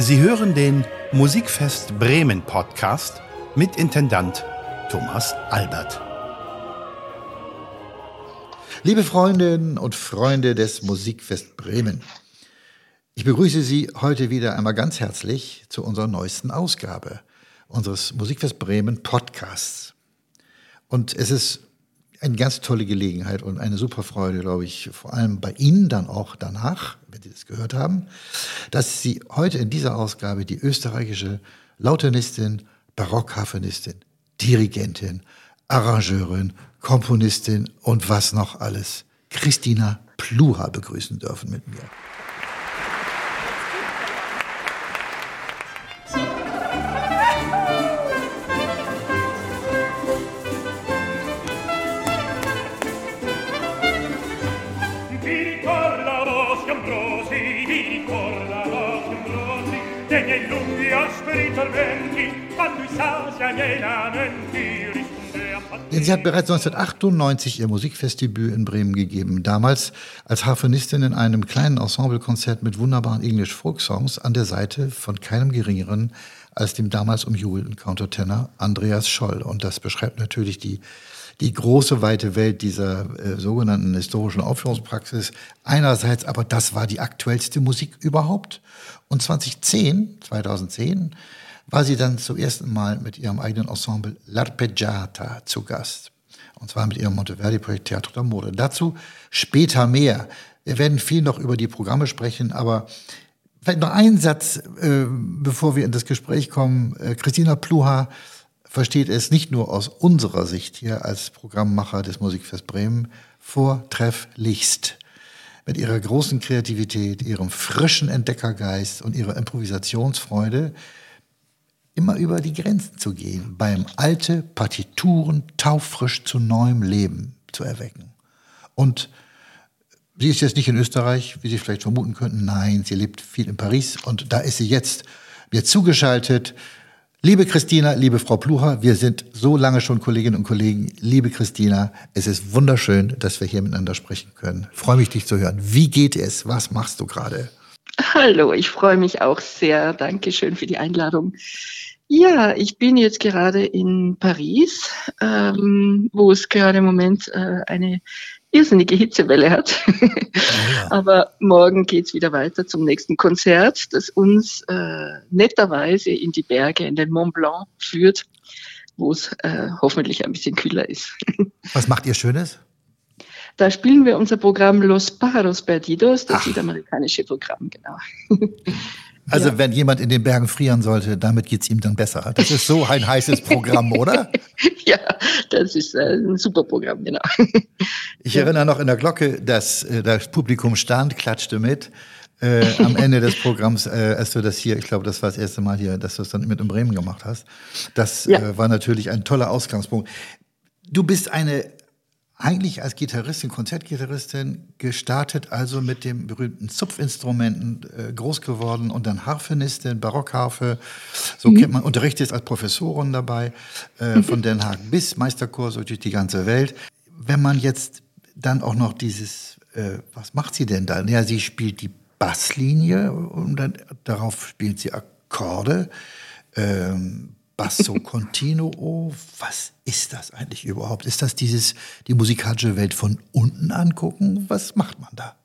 Sie hören den Musikfest Bremen Podcast mit Intendant Thomas Albert. Liebe Freundinnen und Freunde des Musikfest Bremen, ich begrüße Sie heute wieder einmal ganz herzlich zu unserer neuesten Ausgabe unseres Musikfest Bremen Podcasts. Und es ist eine ganz tolle Gelegenheit und eine super Freude, glaube ich, vor allem bei Ihnen dann auch danach, wenn Sie das gehört haben, dass Sie heute in dieser Ausgabe die österreichische Lautenistin, Barockharfenistin, Dirigentin, Arrangeurin, Komponistin und was noch alles, Christina Pluhar begrüßen dürfen mit mir. Denn sie hat bereits 1998 ihr Musikfestdebüt in Bremen gegeben. Damals als Harfenistin in einem kleinen Ensemblekonzert mit wunderbaren English Folk-Songs an der Seite von keinem Geringeren als dem damals umjubelten Countertenor Andreas Scholl. Und das beschreibt natürlich die große, weite Welt dieser sogenannten historischen Aufführungspraxis. Einerseits, aber das war die aktuellste Musik überhaupt. Und 2010 war sie dann zum ersten Mal mit ihrem eigenen Ensemble L'Arpeggiata zu Gast. Und zwar mit ihrem Monteverdi-Projekt Teatro d'Amore. Dazu später mehr. Wir werden viel noch über die Programme sprechen, aber vielleicht noch ein Satz, bevor wir in das Gespräch kommen. Christina Pluhar versteht es nicht nur aus unserer Sicht hier als Programmmacher des Musikfest Bremen vortrefflichst. Mit ihrer großen Kreativität, ihrem frischen Entdeckergeist und ihrer Improvisationsfreude immer über die Grenzen zu gehen, beim alte Partituren taufrisch zu neuem Leben zu erwecken. Und sie ist jetzt nicht in Österreich, wie Sie vielleicht vermuten könnten. Nein, sie lebt viel in Paris und da ist sie jetzt mir zugeschaltet. Liebe Christina, liebe Frau Pluhar, wir sind so lange schon Kolleginnen und Kollegen. Liebe Christina, es ist wunderschön, dass wir hier miteinander sprechen können. Ich freue mich, dich zu hören. Wie geht es? Was machst du gerade? Hallo, ich freue mich auch sehr. Dankeschön für die Einladung. Ja, ich bin jetzt gerade in Paris, wo es gerade im Moment eine irrsinnige Hitzewelle hat. Ja. Aber morgen geht's wieder weiter zum nächsten Konzert, das uns netterweise in die Berge, in den Mont Blanc führt, wo es hoffentlich ein bisschen kühler ist. Was macht ihr Schönes? Da spielen wir unser Programm Los Pájaros Perdidos, das südamerikanische Programm, genau. Also ja. Wenn jemand in den Bergen frieren sollte, damit geht's ihm dann besser. Das ist so ein heißes Programm, oder? Ja, das ist ein super Programm, genau. Ich erinnere noch in der Glocke, dass das Publikum stand, klatschte mit. Am Ende des Programms, als du das hier, ich glaube, das war das erste Mal hier, dass du es dann mit in Bremen gemacht hast. Das war natürlich ein toller Ausgangspunkt. Du bist eigentlich als Gitarristin, Konzertgitarristin gestartet, also mit dem berühmten Zupfinstrumenten groß geworden und dann Harfenistin, Barockharfe, so kennt man, unterrichtet als Professorin dabei, von Den Haag bis Meisterkurse durch die ganze Welt. Wenn man jetzt dann auch noch was macht sie denn da? Ja, sie spielt die Basslinie und dann darauf spielt sie Akkorde, Basso Continuo, was ist das eigentlich überhaupt? Ist das die musikalische Welt von unten angucken? Was macht man da?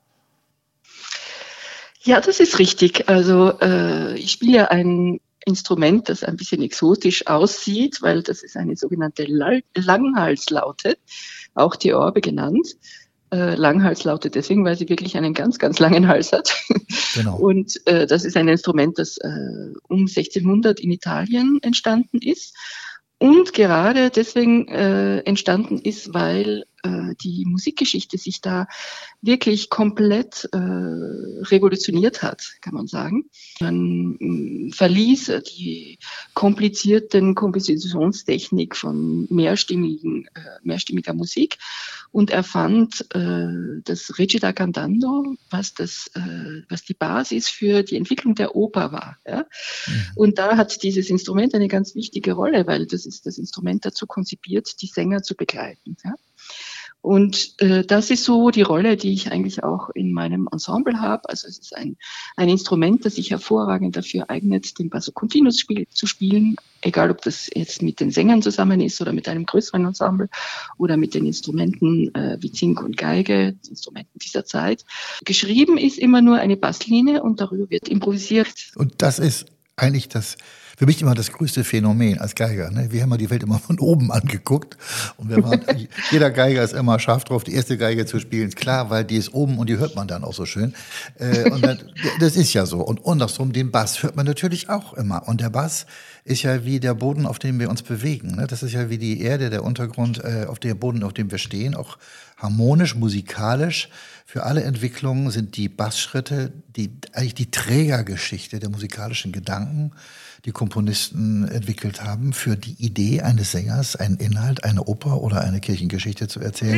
Ja, das ist richtig. Also ich spiele ja ein Instrument, das ein bisschen exotisch aussieht, weil das ist eine sogenannte Langhalslaute, auch die Orbe genannt. Langhalslaute deswegen, weil sie wirklich einen ganz, ganz langen Hals hat. Genau. Und das ist ein Instrument, das um 1600 in Italien entstanden ist und gerade deswegen entstanden ist, weil die Musikgeschichte sich da wirklich komplett revolutioniert hat, kann man sagen. Man verließ die komplizierten Kompositionstechnik von mehrstimmiger Musik und erfand das Recita Cantando, was die Basis für die Entwicklung der Oper war. Ja? Mhm. Und da hat dieses Instrument eine ganz wichtige Rolle, weil das ist das Instrument dazu konzipiert, die Sänger zu begleiten. Ja? Und das ist so die Rolle, die ich eigentlich auch in meinem Ensemble habe. Also es ist ein Instrument, das sich hervorragend dafür eignet, den Basso Continuus zu spielen, egal ob das jetzt mit den Sängern zusammen ist oder mit einem größeren Ensemble oder mit den Instrumenten wie Zink und Geige, Instrumenten dieser Zeit. Geschrieben ist immer nur eine Basslinie und darüber wird improvisiert. Und das ist eigentlich für mich immer das größte Phänomen als Geiger. Ne? Wir haben ja die Welt immer von oben angeguckt. Und jeder Geiger ist immer scharf drauf, die erste Geige zu spielen. Klar, weil die ist oben und die hört man dann auch so schön. Das ist ja so. Und andersrum, den Bass hört man natürlich auch immer. Und der Bass ist ja wie der Boden, auf dem wir uns bewegen. Ne? Das ist ja wie die Erde, der Untergrund, auf dem Boden, auf dem wir stehen. Auch harmonisch, musikalisch. Für alle Entwicklungen sind die Bassschritte eigentlich die Trägergeschichte der musikalischen Gedanken, die Komponisten entwickelt haben, für die Idee eines Sängers, einen Inhalt, eine Oper oder eine Kirchengeschichte zu erzählen.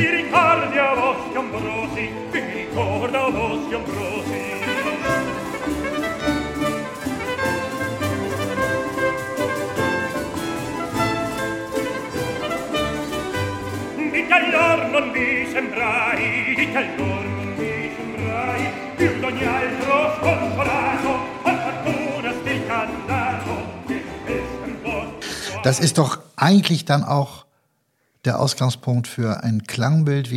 Das ist doch eigentlich dann auch der Ausgangspunkt für ein Klangbild,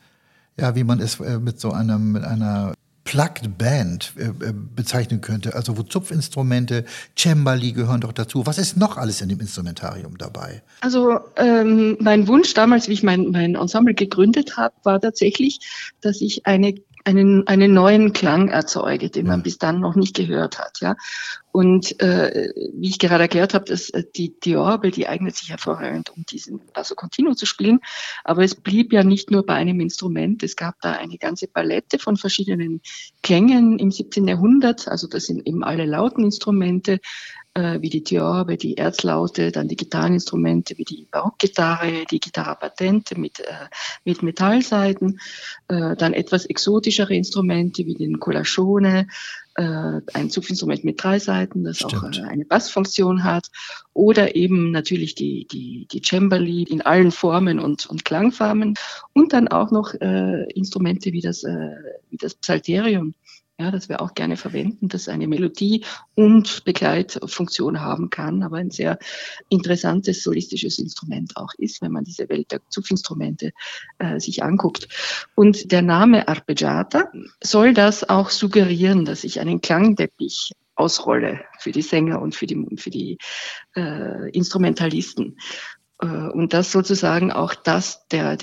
wie man es mit einer Plugged Band bezeichnen könnte. Also wo Zupfinstrumente, Cembali gehören doch dazu. Was ist noch alles in dem Instrumentarium dabei? Also mein Wunsch damals, wie ich mein Ensemble gegründet habe, war tatsächlich, dass ich einen neuen Klang erzeuge, den man bis dann noch nicht gehört hat. Ja. Und wie ich gerade erklärt habe, die Orgel, die eignet sich hervorragend, um diesen Basso Continuo zu spielen. Aber es blieb ja nicht nur bei einem Instrument. Es gab da eine ganze Palette von verschiedenen Klängen im 17. Jahrhundert. Also das sind eben alle lauten Instrumente, wie die Theorbe, die Erzlaute, dann die Gitarreninstrumente wie die Barockgitarre, die Chitarra Patente mit Metallsaiten, dann etwas exotischere Instrumente wie den Colacione, ein Zupfinstrument mit 3 Saiten, das auch eine Bassfunktion hat, oder eben natürlich die Cembali in allen Formen und Klangfarben und dann auch noch Instrumente wie das Psalterium. Ja, das wir auch gerne verwenden, das eine Melodie und Begleitfunktion haben kann, aber ein sehr interessantes solistisches Instrument auch ist, wenn man diese Welt der Zupfinstrumente sich anguckt. Und der Name Arpeggiata soll das auch suggerieren, dass ich einen Klangteppich ausrolle für die Sänger und für die Instrumentalisten. Und das sozusagen auch der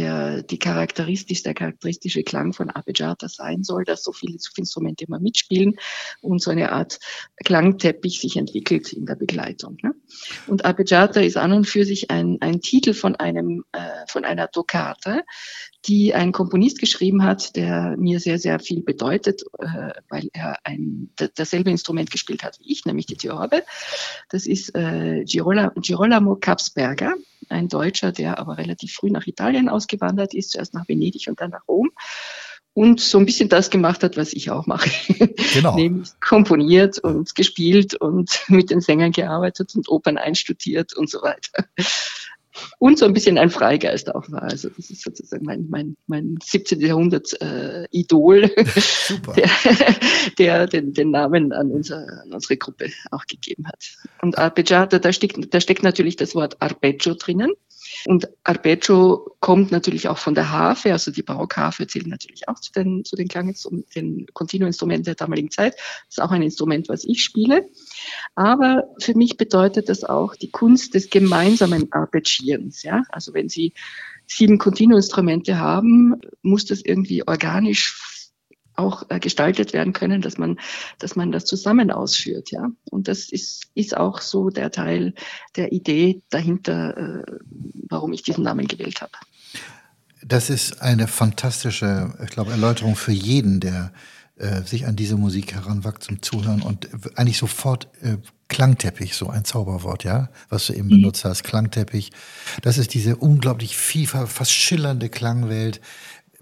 charakteristische Klang von Arpeggiata sein soll, dass so viele Instrumente immer mitspielen und so eine Art Klangteppich sich entwickelt in der Begleitung. Ne? Und Arpeggiata ist an und für sich ein Titel von einer Toccata, die ein Komponist geschrieben hat, der mir sehr, sehr viel bedeutet, weil er dasselbe Instrument gespielt hat wie ich, nämlich die Theorbe. Das ist Girolamo Capsberger, ein Deutscher, der aber relativ früh nach Italien ausgewandert ist, zuerst nach Venedig und dann nach Rom. Und so ein bisschen das gemacht hat, was ich auch mache. Genau. Nämlich komponiert und gespielt und mit den Sängern gearbeitet und Opern einstudiert und so weiter. Und so ein bisschen ein Freigeist auch war. Also das ist sozusagen mein 17. Jahrhundert Idol, der den Namen an unsere Gruppe auch gegeben hat. Und Arpeggiata, da steckt natürlich das Wort Arpeggio drinnen. Und Arpeggio kommt natürlich auch von der Harfe, also die Barockharfe zählt natürlich auch zu den den Continuo-Instrumenten der damaligen Zeit. Das ist auch ein Instrument, was ich spiele. Aber für mich bedeutet das auch die Kunst des gemeinsamen Arpeggierens. Ja? Also wenn Sie 7 Continuo-Instrumente haben, muss das irgendwie organisch auch gestaltet werden können, dass man das zusammen ausführt, ja. Und das ist auch so der Teil der Idee dahinter, warum ich diesen Namen gewählt habe. Das ist eine fantastische, ich glaube, Erläuterung für jeden, der sich an diese Musik heranwagt zum Zuhören und eigentlich sofort Klangteppich, so ein Zauberwort, ja, was du eben benutzt hast, Klangteppich. Das ist diese unglaublich fast schillernde Klangwelt.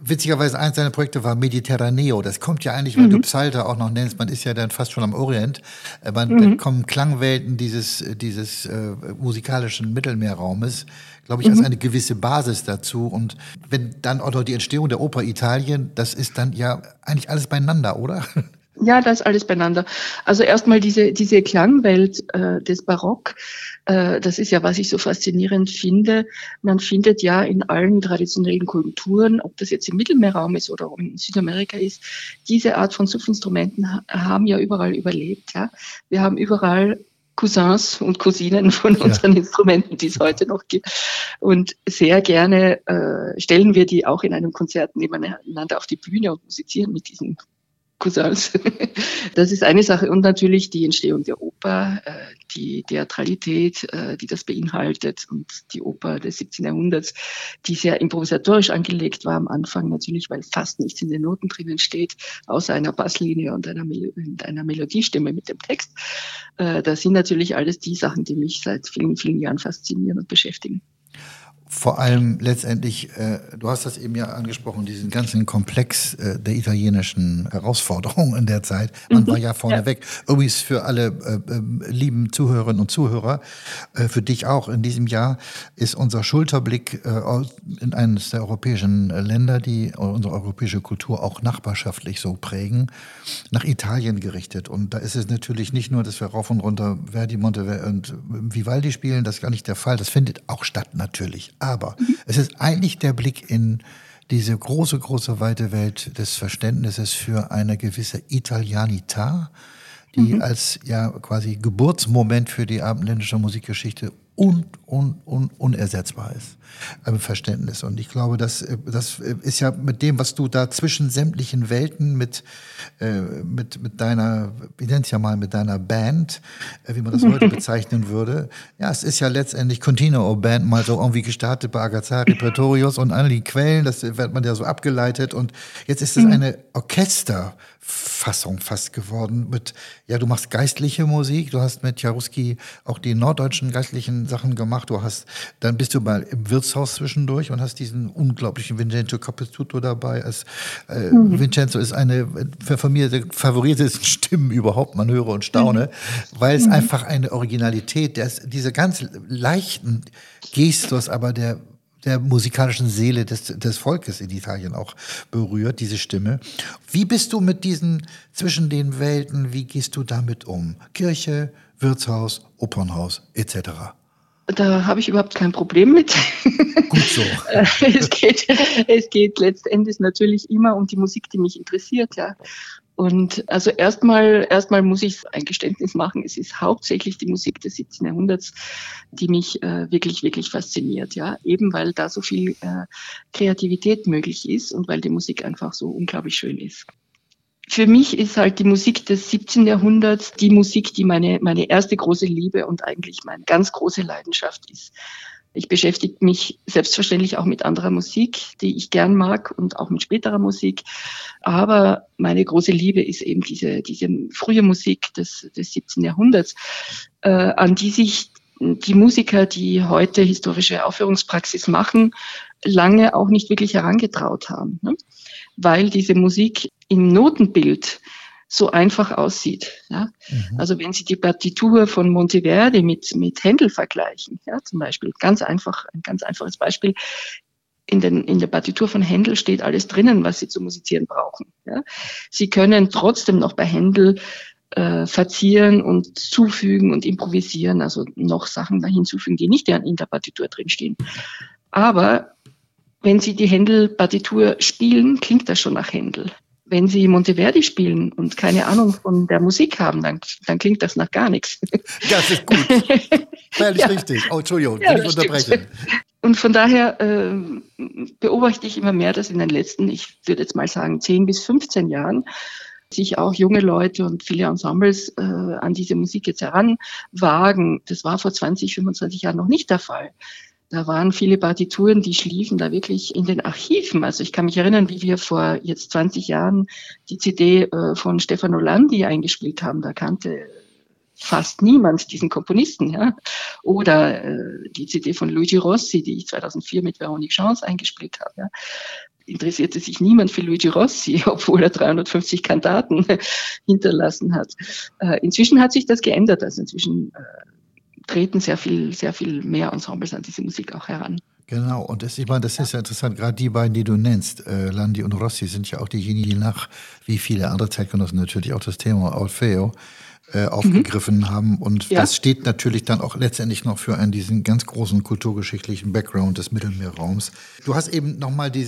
Witzigerweise, eins seiner Projekte war Mediterraneo. Das kommt ja eigentlich, weil du Psalter auch noch nennst, man ist ja dann fast schon am Orient. Dann kommen Klangwelten dieses musikalischen Mittelmeerraumes, glaube ich, als eine gewisse Basis dazu. Und wenn dann auch noch die Entstehung der Oper Italien, das ist dann ja eigentlich alles beieinander, oder? Ja, das ist alles beieinander. Also erstmal diese Klangwelt des Barock, das ist ja, was ich so faszinierend finde. Man findet ja in allen traditionellen Kulturen, ob das jetzt im Mittelmeerraum ist oder in Südamerika ist, diese Art von Sufinstrumenten haben ja überall überlebt. Ja? Wir haben überall Cousins und Cousinen von unseren Instrumenten, die es heute noch gibt. Und sehr gerne stellen wir die auch in einem Konzert nebeneinander auf die Bühne und musizieren mit diesen Cousins. Das ist eine Sache. Und natürlich die Entstehung der Oper, die Theatralität, die das beinhaltet, und die Oper des 17. Jahrhunderts, die sehr improvisatorisch angelegt war am Anfang natürlich, weil fast nichts in den Noten drinnen steht, außer einer Basslinie und einer Melodiestimme mit dem Text. Das sind natürlich alles die Sachen, die mich seit vielen, vielen Jahren faszinieren und beschäftigen. Vor allem letztendlich, du hast das eben ja angesprochen, diesen ganzen Komplex der italienischen Herausforderungen in der Zeit. Man war ja vorneweg. Übrigens für alle lieben Zuhörerinnen und Zuhörer, für dich auch in diesem Jahr ist unser Schulterblick in eines der europäischen Länder, die unsere europäische Kultur auch nachbarschaftlich so prägen, nach Italien gerichtet. Und da ist es natürlich nicht nur, dass wir rauf und runter Verdi, Monteverdi und Vivaldi spielen, das ist gar nicht der Fall. Das findet auch statt natürlich. Aber es ist eigentlich der Blick in diese große, große, weite Welt des Verständnisses für eine gewisse Italianità, die als ja quasi Geburtsmoment für die abendländische Musikgeschichte unersetzbar ist im Verständnis. Und ich glaube, das ist ja mit dem, was du da zwischen sämtlichen Welten mit deiner, ich nenne es ja mal mit deiner Band, wie man das heute bezeichnen würde. Ja, es ist ja letztendlich Continuo Band, mal so irgendwie gestartet bei Agazzari, Pretorius und all die Quellen, das wird man ja so abgeleitet. Und jetzt ist es eine Orchesterfassung fast geworden mit, ja, du machst geistliche Musik, du hast mit Jaruski auch die norddeutschen geistlichen Sachen gemacht, dann bist du mal im Wirtshaus zwischendurch und hast diesen unglaublichen Vincenzo Capezzotto dabei. Vincenzo ist eine von mir der favoritesten Stimmen überhaupt, man höre und staune, weil es einfach eine Originalität, diese ganz leichten Gestus, aber der musikalischen Seele des Volkes in Italien auch berührt, diese Stimme. Wie bist du mit diesen zwischen den Welten, wie gehst du damit um? Kirche, Wirtshaus, Opernhaus etc.? Da habe ich überhaupt kein Problem mit. Gut so. Es geht letztendlich natürlich immer um die Musik, die mich interessiert, ja. Und also erstmal muss ich ein Geständnis machen, es ist hauptsächlich die Musik des 17. Jahrhunderts, die mich wirklich, wirklich fasziniert, ja. Eben weil da so viel Kreativität möglich ist und weil die Musik einfach so unglaublich schön ist. Für mich ist halt die Musik des 17. Jahrhunderts die Musik, die meine erste große Liebe und eigentlich meine ganz große Leidenschaft ist. Ich beschäftige mich selbstverständlich auch mit anderer Musik, die ich gern mag, und auch mit späterer Musik. Aber meine große Liebe ist eben diese frühe Musik des 17. Jahrhunderts, an die sich die Musiker, die heute historische Aufführungspraxis machen, lange auch nicht wirklich herangetraut haben, ne? Weil diese Musik im Notenbild so einfach aussieht. Ja? Also wenn Sie die Partitur von Monteverdi mit Händel vergleichen, ja, zum Beispiel, ein ganz einfaches Beispiel, in der Partitur von Händel steht alles drinnen, was Sie zu musizieren brauchen. Ja? Sie können trotzdem noch bei Händel verzieren und zufügen und improvisieren, also noch Sachen da hinzufügen, die nicht in der Partitur drinstehen. Aber wenn Sie die Händel-Partitur spielen, klingt das schon nach Händel. Wenn Sie Monteverdi spielen und keine Ahnung von der Musik haben, dann klingt das nach gar nichts. Das ist gut. Völlig richtig. Oh, Entschuldigung, will ich unterbrechen. Und von daher beobachte ich immer mehr, dass in den letzten, ich würde jetzt mal sagen, 10 bis 15 Jahren sich auch junge Leute und viele Ensembles an diese Musik jetzt heranwagen. Das war vor 20, 25 Jahren noch nicht der Fall. Da waren viele Partituren, die schliefen da wirklich in den Archiven. Also ich kann mich erinnern, wie wir vor jetzt 20 Jahren die CD von Stefano Landi eingespielt haben. Da kannte fast niemand diesen Komponisten. Ja? Oder die CD von Luigi Rossi, die ich 2004 mit Véronique Gens eingespielt habe. Ja? interessierte sich niemand für Luigi Rossi, obwohl er 350 Kantaten hinterlassen hat. Inzwischen hat sich das geändert. Also inzwischen treten sehr viel mehr Ensembles an diese Musik auch heran. Genau, und ich meine, das ist ja interessant, gerade die beiden, die du nennst, Landi und Rossi, sind ja auch diejenigen, die wie viele andere Zeitgenossen natürlich auch das Thema Orfeo aufgegriffen haben. Und das steht natürlich dann auch letztendlich noch für diesen ganz großen kulturgeschichtlichen Background des Mittelmeerraums. Du hast eben nochmal die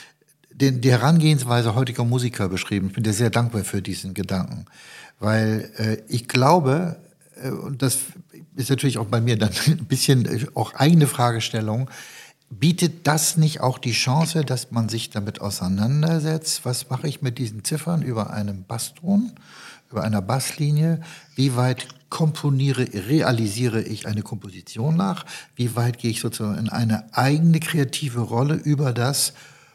Herangehensweise heutiger Musiker beschrieben. Ich bin dir sehr dankbar für diesen Gedanken, weil ich glaube, und das ist natürlich auch bei mir dann ein bisschen auch eigene Fragestellung, bietet das nicht auch die Chance, dass man sich damit auseinandersetzt? Was mache ich mit diesen Ziffern über einem Basston, über einer Basslinie? Wie weit realisiere ich eine Komposition nach? Wie weit gehe ich sozusagen in eine eigene kreative Rolle über das,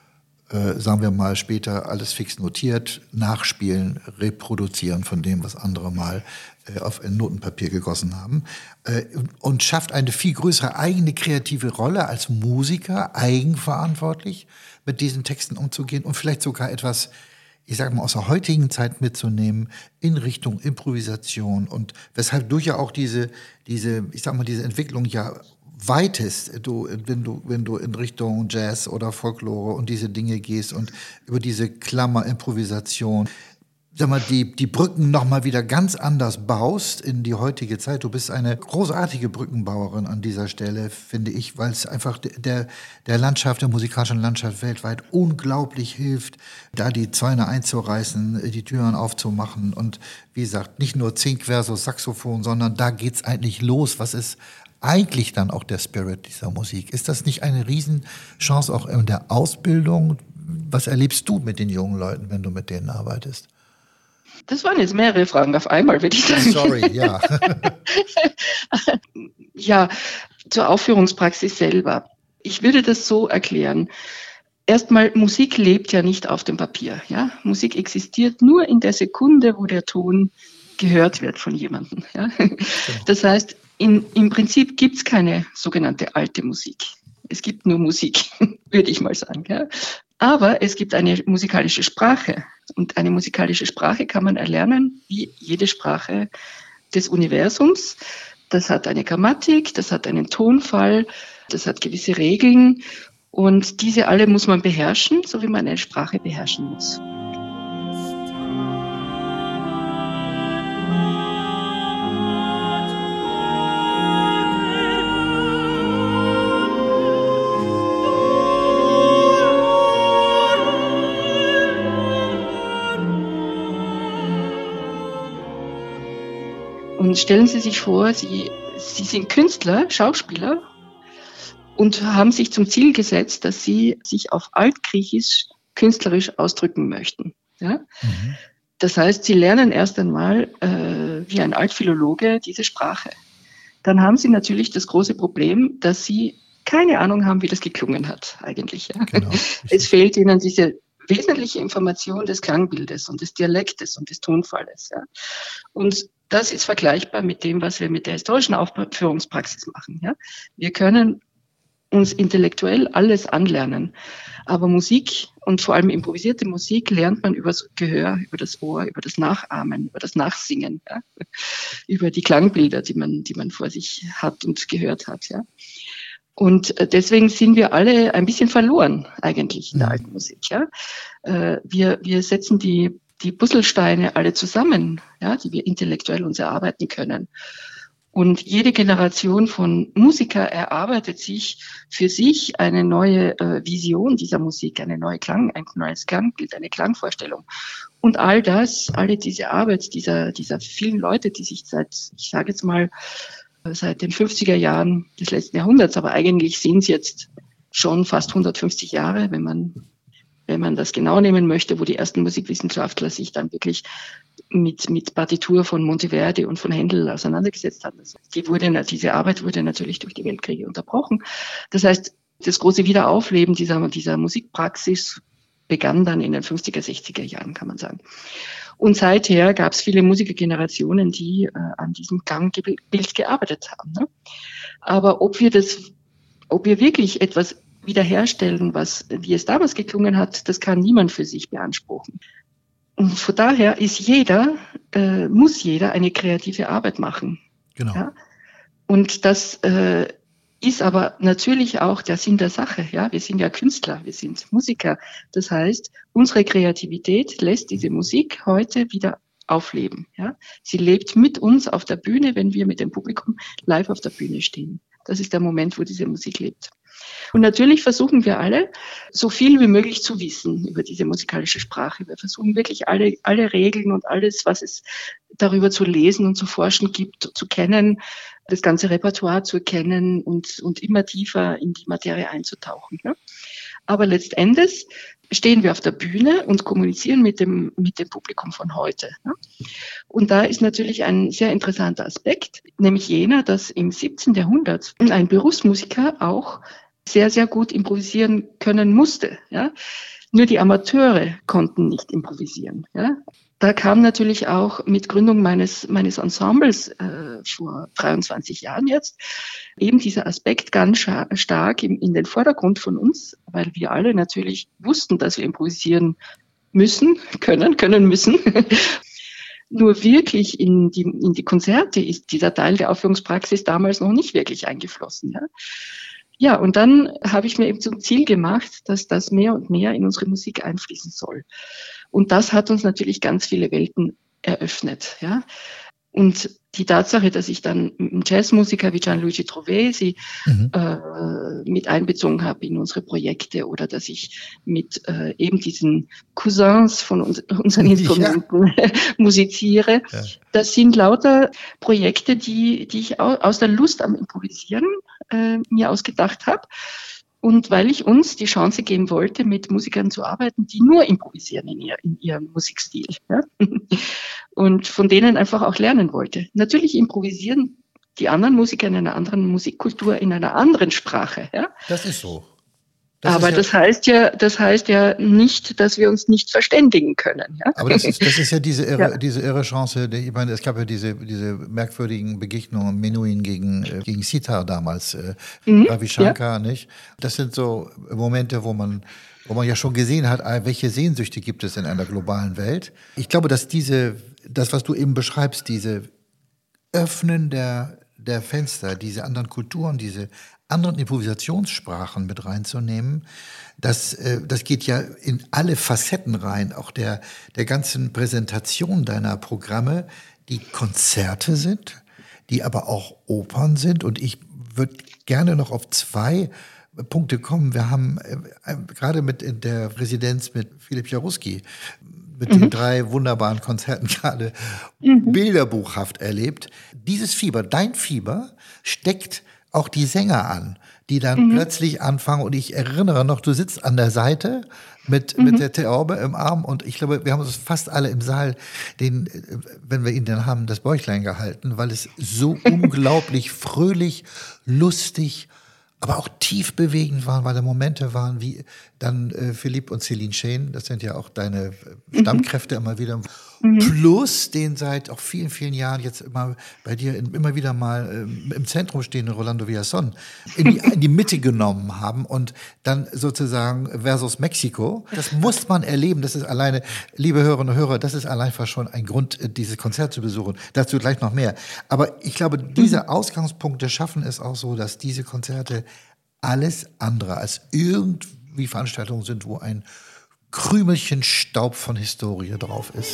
sagen wir mal später, alles fix notiert, nachspielen, reproduzieren von dem, was andere mal auf ein Notenpapier gegossen haben, und schafft eine viel größere eigene kreative Rolle als Musiker, eigenverantwortlich mit diesen Texten umzugehen und vielleicht sogar etwas, ich sage mal, aus der heutigen Zeit mitzunehmen in Richtung Improvisation, und weshalb du ja auch diese Entwicklung ja weitest, wenn du in Richtung Jazz oder Folklore und diese Dinge gehst und über diese Klammer-Improvisation, sag mal, die Brücken nochmal wieder ganz anders baust in die heutige Zeit. Du bist eine großartige Brückenbauerin an dieser Stelle, finde ich, weil es einfach der musikalischen Landschaft weltweit unglaublich hilft, da die Zäune einzureißen, die Türen aufzumachen und, wie gesagt, nicht nur Zink versus Saxophon, sondern da geht's eigentlich los. Was ist eigentlich dann auch der Spirit dieser Musik? Ist das nicht eine Riesenchance auch in der Ausbildung? Was erlebst du mit den jungen Leuten, wenn du mit denen arbeitest? Das waren jetzt mehrere Fragen auf einmal, würde ich sagen. Sorry, ja. Ja, zur Aufführungspraxis selber. Ich würde das so erklären. Erstmal, Musik lebt ja nicht auf dem Papier. Ja? Musik existiert nur in der Sekunde, wo der Ton gehört wird von jemandem. Ja? Genau. Das heißt, im Prinzip gibt es keine sogenannte alte Musik. Es gibt nur Musik, würde ich mal sagen. Ja? Aber es gibt eine musikalische Sprache. Und eine musikalische Sprache kann man erlernen, wie jede Sprache des Universums. Das hat eine Grammatik, das hat einen Tonfall, das hat gewisse Regeln. Und diese alle muss man beherrschen, so wie man eine Sprache beherrschen muss. Und stellen Sie sich vor, Sie sind Künstler, Schauspieler und haben sich zum Ziel gesetzt, dass Sie sich auf Altgriechisch künstlerisch ausdrücken möchten. Ja? Mhm. Das heißt, Sie lernen erst einmal wie ein Altphilologe diese Sprache. Dann haben Sie natürlich das große Problem, dass Sie keine Ahnung haben, wie das geklungen hat eigentlich. Ja? Genau. Es fehlt Ihnen diese wesentliche Information des Klangbildes und des Dialektes und des Tonfalles. Ja? Und das ist vergleichbar mit dem, was wir mit der historischen Aufführungspraxis machen. Ja? Wir können uns intellektuell alles anlernen, aber Musik und vor allem improvisierte Musik lernt man über das Gehör, über das Ohr, über das Nachahmen, über das Nachsingen, ja? Über die Klangbilder, die man vor sich hat und gehört hat. Ja? Und deswegen sind wir alle ein bisschen verloren eigentlich in der alten Musik. Ja? Wir setzen die Puzzlesteine alle zusammen, ja, die wir intellektuell uns erarbeiten können. Und jede Generation von Musiker erarbeitet sich für sich eine neue Vision dieser Musik, ein neues Klangbild, eine Klangvorstellung. Und alle diese Arbeit dieser vielen Leute, die sich seit den 50er Jahren des letzten Jahrhunderts, aber eigentlich sind es jetzt schon fast 150 Jahre, wenn man das genau nehmen möchte, wo die ersten Musikwissenschaftler sich dann wirklich mit Partitur von Monteverdi und von Händel auseinandergesetzt haben. Diese Arbeit wurde natürlich durch die Weltkriege unterbrochen. Das heißt, das große Wiederaufleben dieser Musikpraxis begann dann in den 50er, 60er Jahren, kann man sagen. Und seither gab es viele Musikergenerationen, die an diesem Klangbild gearbeitet haben. Ne? Aber ob wir wirklich etwas wiederherstellen, wie es damals geklungen hat, das kann niemand für sich beanspruchen. Und von daher muss jeder eine kreative Arbeit machen. Genau. Ja? Und das ist aber natürlich auch der Sinn der Sache. Ja? Wir sind ja Künstler, wir sind Musiker. Das heißt, unsere Kreativität lässt diese Musik heute wieder aufleben. Ja? Sie lebt mit uns auf der Bühne, wenn wir mit dem Publikum live auf der Bühne stehen. Das ist der Moment, wo diese Musik lebt. Und natürlich versuchen wir alle, so viel wie möglich zu wissen über diese musikalische Sprache. Wir versuchen wirklich alle Regeln und alles, was es darüber zu lesen und zu forschen gibt, zu kennen, das ganze Repertoire zu erkennen und immer tiefer in die Materie einzutauchen. Ja? Aber letztendlich stehen wir auf der Bühne und kommunizieren mit dem Publikum von heute. Ja? Und da ist natürlich ein sehr interessanter Aspekt, nämlich jener, dass im 17. Jahrhundert ein Berufsmusiker auch sehr, sehr gut improvisieren können musste. Ja? Nur die Amateure konnten nicht improvisieren. Ja? Da kam natürlich auch mit Gründung meines Ensembles vor 23 Jahren jetzt eben dieser Aspekt ganz stark in den Vordergrund von uns, weil wir alle natürlich wussten, dass wir improvisieren können müssen. Nur wirklich in die Konzerte ist dieser Teil der Aufführungspraxis damals noch nicht wirklich eingeflossen. Ja? Ja, und dann habe ich mir eben zum Ziel gemacht, dass das mehr und mehr in unsere Musik einfließen soll. Und das hat uns natürlich ganz viele Welten eröffnet. Ja? Und die Tatsache, dass ich dann einen Jazzmusiker wie Gianluigi Trovesi mit einbezogen habe in unsere Projekte oder dass ich mit eben diesen Cousins von unseren Instrumenten musiziere, das sind lauter Projekte, die ich aus der Lust am Improvisieren mir ausgedacht habe. Und weil ich uns die Chance geben wollte, mit Musikern zu arbeiten, die nur improvisieren in ihrem Musikstil. Ja? Und von denen einfach auch lernen wollte. Natürlich improvisieren die anderen Musiker in einer anderen Musikkultur, in einer anderen Sprache. Ja? Das ist so. Das heißt ja nicht, dass wir uns nicht verständigen können. Ja? Aber das ist ja diese irre Chance. Ich meine, es gab ja diese merkwürdigen Begegnungen, Menuhin gegen Sitar damals, Ravi Shankar, nicht? Das sind so Momente, wo man ja schon gesehen hat, welche Sehnsüchte gibt es in einer globalen Welt. Ich glaube, dass das, was du eben beschreibst, diese Öffnen der Fenster, diese anderen Kulturen, diese anderen Improvisationssprachen mit reinzunehmen, das geht ja in alle Facetten rein, auch der ganzen Präsentation deiner Programme, die Konzerte sind, die aber auch Opern sind. Und ich würde gerne noch auf 2 Punkte kommen. Wir haben gerade in der Residenz mit Philipp Jaruski mit den 3 wunderbaren Konzerten gerade bilderbuchhaft erlebt. Dieses Fieber, dein Fieber, steckt auch die Sänger an, die dann plötzlich anfangen. Und ich erinnere noch, du sitzt an der Seite mit der Theorbe im Arm. Und ich glaube, wir haben uns fast alle im Saal, wenn wir ihn dann haben, das Bäuchlein gehalten, weil es so unglaublich fröhlich, lustig, aber auch tief bewegend waren, weil da Momente waren, wie dann Philipp und Céline Scheen, das sind ja auch deine Stammkräfte immer wieder, plus den seit auch vielen, vielen Jahren jetzt immer bei dir immer wieder mal im Zentrum stehenden Rolando Villazón in die Mitte genommen haben und dann sozusagen versus Mexiko. Das muss man erleben. Das ist alleine, liebe Hörerinnen und Hörer, das ist einfach schon ein Grund, dieses Konzert zu besuchen. Dazu gleich noch mehr. Aber ich glaube, diese Ausgangspunkte schaffen es auch so, dass diese Konzerte alles andere als irgendwie Veranstaltungen sind, wo ein Krümelchen Staub von Historie drauf ist.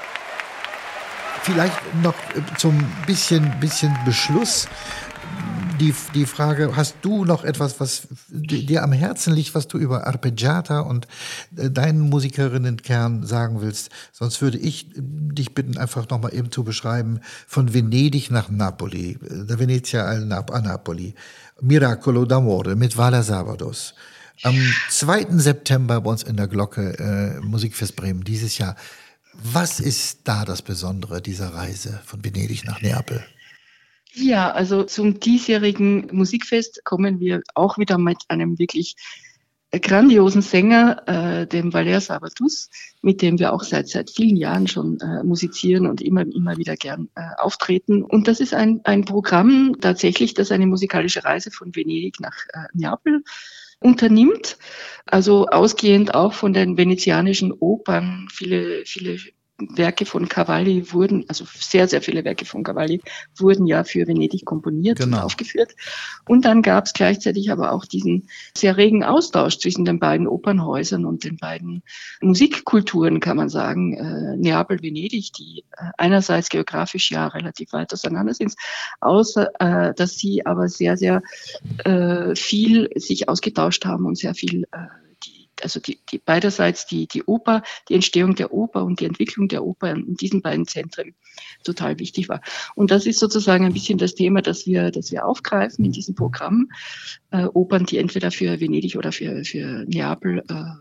Vielleicht noch zum bisschen Beschluss. die Frage, hast du noch etwas, was dir am Herzen liegt, was du über Arpeggiata und deinen Musikerinnenkern sagen willst? Sonst würde ich dich bitten, einfach noch mal eben zu beschreiben, von Venedig nach Napoli, da Venezia a Napoli, Miracolo d'Amore mit Vala Sabados. Am 2. September bei uns in der Glocke, Musikfest Bremen dieses Jahr. Was ist da das Besondere dieser Reise von Venedig nach Neapel? Ja, also zum diesjährigen Musikfest kommen wir auch wieder mit einem wirklich grandiosen Sänger, dem Valère Sabatus, mit dem wir auch seit vielen Jahren schon musizieren und immer wieder gern auftreten. Und das ist ein Programm tatsächlich, das eine musikalische Reise von Venedig nach Neapel unternimmt. Also ausgehend auch von den venezianischen Opern, viele Werke von Cavalli wurden, also sehr, sehr viele Werke von Cavalli wurden ja für Venedig komponiert und aufgeführt. Und dann gab es gleichzeitig aber auch diesen sehr regen Austausch zwischen den beiden Opernhäusern und den beiden Musikkulturen, kann man sagen. Neapel, Venedig, die einerseits geografisch ja relativ weit auseinander sind, außer dass sie aber sehr, sehr viel sich ausgetauscht haben und sehr viel die beiderseits die Oper, die Entstehung der Oper und die Entwicklung der Oper in diesen beiden Zentren total wichtig war. Und das ist sozusagen ein bisschen das Thema, das wir aufgreifen in diesem Programm. Opern, die entweder für Venedig oder für Neapel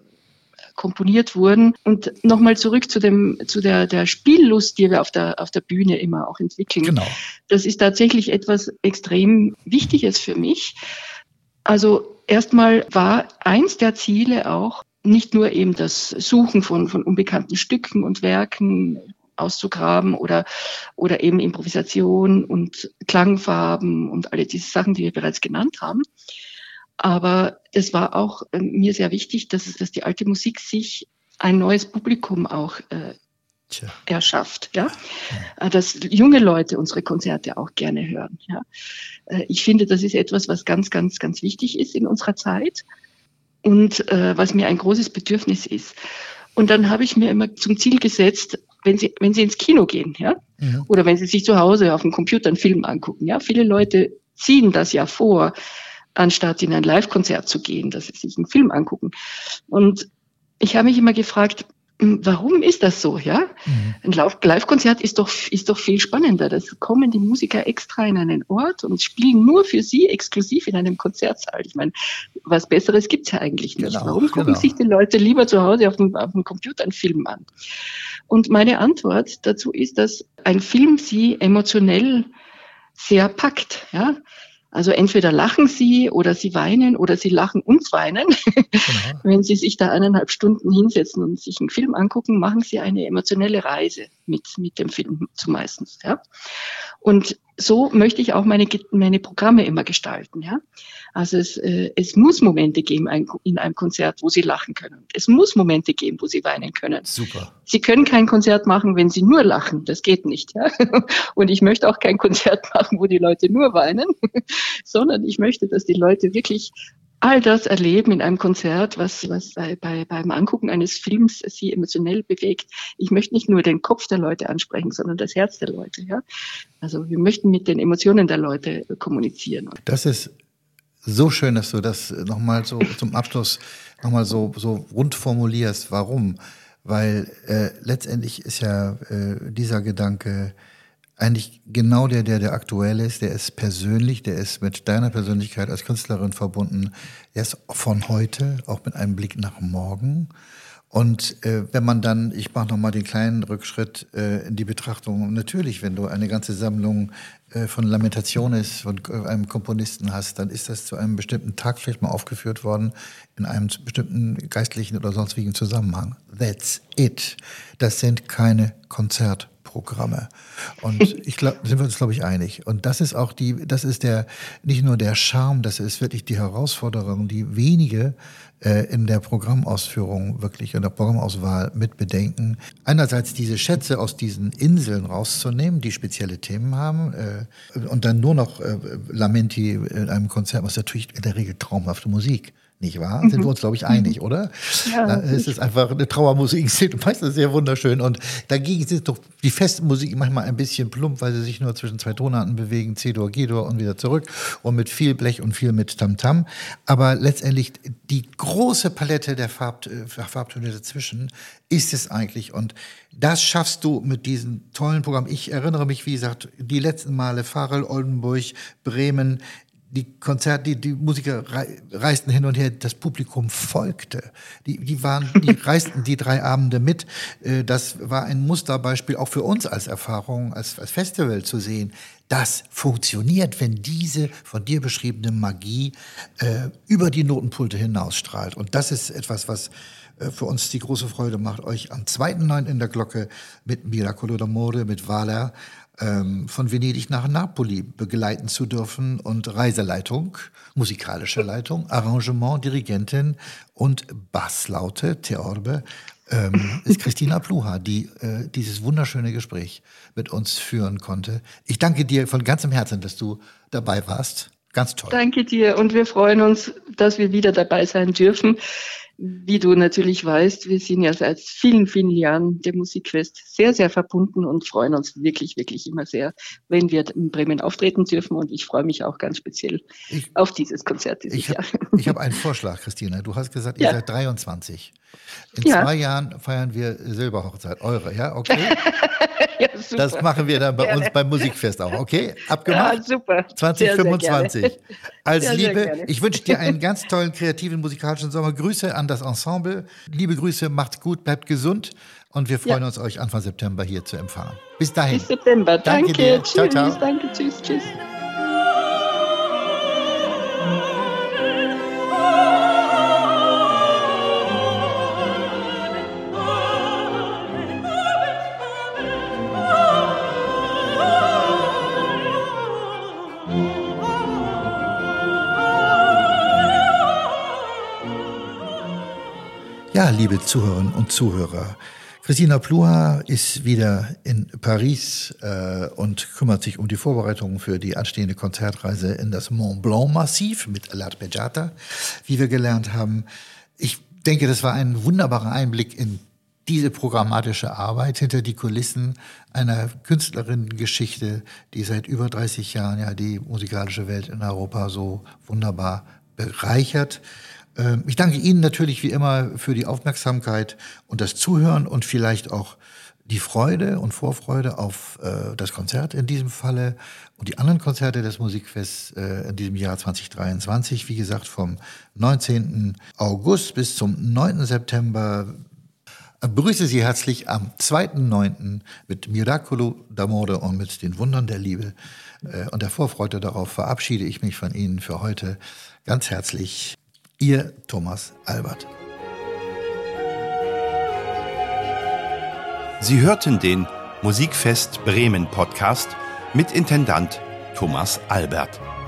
komponiert wurden. Und nochmal zurück zu der Spiellust, die wir auf der Bühne immer auch entwickeln. Genau. Das ist tatsächlich etwas extrem Wichtiges für mich. Also erstmal war eins der Ziele auch, nicht nur eben das Suchen von unbekannten Stücken und Werken auszugraben oder eben Improvisation und Klangfarben und alle diese Sachen, die wir bereits genannt haben. Aber es war auch mir sehr wichtig, dass die alte Musik sich ein neues Publikum auch erschafft, ja, dass junge Leute unsere Konzerte auch gerne hören. Ja. Ich finde, das ist etwas, was ganz, ganz, ganz wichtig ist in unserer Zeit und was mir ein großes Bedürfnis ist. Und dann habe ich mir immer zum Ziel gesetzt, wenn Sie ins Kino gehen, ja, oder wenn Sie sich zu Hause auf dem Computer einen Film angucken, ja, viele Leute ziehen das ja vor, anstatt in ein Live-Konzert zu gehen, dass sie sich einen Film angucken. Und ich habe mich immer gefragt, warum ist das so, ja? Ein Live-Konzert ist doch viel spannender. Da kommen die Musiker extra in einen Ort und spielen nur für sie exklusiv in einem Konzertsaal. Ich meine, was Besseres gibt's ja eigentlich nicht. Warum gucken sich die Leute lieber zu Hause auf dem Computer einen Film an? Und meine Antwort dazu ist, dass ein Film sie emotionell sehr packt, ja? Also entweder lachen sie oder sie weinen oder sie lachen und weinen. Genau. Wenn sie sich da 1,5 Stunden hinsetzen und sich einen Film angucken, machen sie eine emotionelle Reise mit dem Film zumeistens. Ja? Und so möchte ich auch meine Programme immer gestalten. Ja? Also es muss Momente geben in einem Konzert, wo sie lachen können. Es muss Momente geben, wo sie weinen können. Super. Sie können kein Konzert machen, wenn sie nur lachen. Das geht nicht. Ja? Und ich möchte auch kein Konzert machen, wo die Leute nur weinen, sondern ich möchte, dass die Leute wirklich all das erleben in einem Konzert, was beim Angucken eines Films sie emotionell bewegt. Ich möchte nicht nur den Kopf der Leute ansprechen, sondern das Herz der Leute. Ja? Also wir möchten mit den Emotionen der Leute kommunizieren. Das ist so schön, dass du das nochmal so zum Abschluss nochmal so rund formulierst. Warum? Weil letztendlich ist ja dieser Gedanke eigentlich genau der aktuell ist, der ist persönlich, der ist mit deiner Persönlichkeit als Künstlerin verbunden. Er ist von heute, auch mit einem Blick nach morgen. Und wenn man dann, ich mache nochmal den kleinen Rückschritt in die Betrachtung, natürlich, wenn du eine ganze Sammlung von Lamentationes von einem Komponisten hast, dann ist das zu einem bestimmten Tag vielleicht mal aufgeführt worden, in einem bestimmten geistlichen oder sonstigen Zusammenhang. That's it. Das sind keine Konzertprogramme. Und ich glaube, sind wir uns, glaube ich, einig. Und das ist auch nicht nur der Charme, das ist wirklich die Herausforderung, die wenige in der Programmausführung wirklich, in der Programmauswahl mit bedenken. Einerseits diese Schätze aus diesen Inseln rauszunehmen, die spezielle Themen haben, und dann nur noch Lamenti in einem Konzert, was natürlich in der Regel traumhafte Musik. nicht wahr? Sind wir uns, glaube ich, einig, oder? Ja. Es ist einfach eine Trauermusik, meistens sehr wunderschön. Und dagegen sind doch die Festmusik manchmal ein bisschen plump, weil sie sich nur zwischen zwei Tonarten bewegen, C-Dur, G-Dur und wieder zurück und mit viel Blech und viel mit Tamtam. Aber letztendlich die große Palette der Farbtöne dazwischen ist es eigentlich. Und das schaffst du mit diesem tollen Programm. Ich erinnere mich, wie gesagt, die letzten Male Farel, Oldenburg, Bremen, die Konzerte, die Musiker reisten hin und her, das Publikum folgte. Die reisten die 3 Abende mit. Das war ein Musterbeispiel auch für uns als Erfahrung, als Festival zu sehen. Das funktioniert, wenn diese von dir beschriebene Magie über die Notenpulte hinausstrahlt. Und das ist etwas, was für uns die große Freude macht, euch am 2.9. in der Glocke mit Miracolo d'Amore, mit Wahler, von Venedig nach Napoli begleiten zu dürfen und Reiseleitung, musikalische Leitung, Arrangement, Dirigentin und Basslaute, Theorbe, ist Christina Pluhar, die dieses wunderschöne Gespräch mit uns führen konnte. Ich danke dir von ganzem Herzen, dass du dabei warst. Ganz toll. Danke dir und wir freuen uns, dass wir wieder dabei sein dürfen. Wie du natürlich weißt, wir sind ja seit vielen, vielen Jahren dem Musikfest sehr, sehr verbunden und freuen uns wirklich, wirklich immer sehr, wenn wir in Bremen auftreten dürfen. Und ich freue mich auch ganz speziell auf dieses Konzert dieses Jahr. Ich habe einen Vorschlag, Christina. Du hast gesagt, ihr seid 23. In 2 Jahren feiern wir Silberhochzeit, eure, ja? Okay? Ja, super. Das machen wir dann bei uns beim Musikfest auch, okay? Abgemacht? Ja, super. 2025. Sehr, sehr Als sehr, Liebe, sehr gerne. ich wünsche dir einen ganz tollen, kreativen, musikalischen Sommer. Grüße an das Ensemble. Liebe Grüße, macht's gut, bleibt gesund. Und wir freuen uns, euch Anfang September hier zu empfangen. Bis dahin. Bis September. Danke Danke. dir. Tschüss. Ciao, ciao. Danke. Tschüss. Tschüss. Ja, liebe Zuhörerinnen und Zuhörer, Christina Pluhar ist wieder in Paris und kümmert sich um die Vorbereitungen für die anstehende Konzertreise in das Mont Blanc Massiv mit L'Arpeggiata, wie wir gelernt haben. Ich denke, das war ein wunderbarer Einblick in diese programmatische Arbeit hinter die Kulissen einer Künstlerinnengeschichte, die seit über 30 Jahren ja die musikalische Welt in Europa so wunderbar bereichert. Ich danke Ihnen natürlich wie immer für die Aufmerksamkeit und das Zuhören und vielleicht auch die Freude und Vorfreude auf das Konzert in diesem Falle und die anderen Konzerte des Musikfests in diesem Jahr 2023. Wie gesagt, vom 19. August bis zum 9. September. Begrüße Sie herzlich am 2.9. mit Miracolo d'Amore und mit den Wundern der Liebe. Und der Vorfreude darauf verabschiede ich mich von Ihnen für heute ganz herzlich. Ihr Thomas Albert. Sie hörten den Musikfest Bremen Podcast mit Intendant Thomas Albert.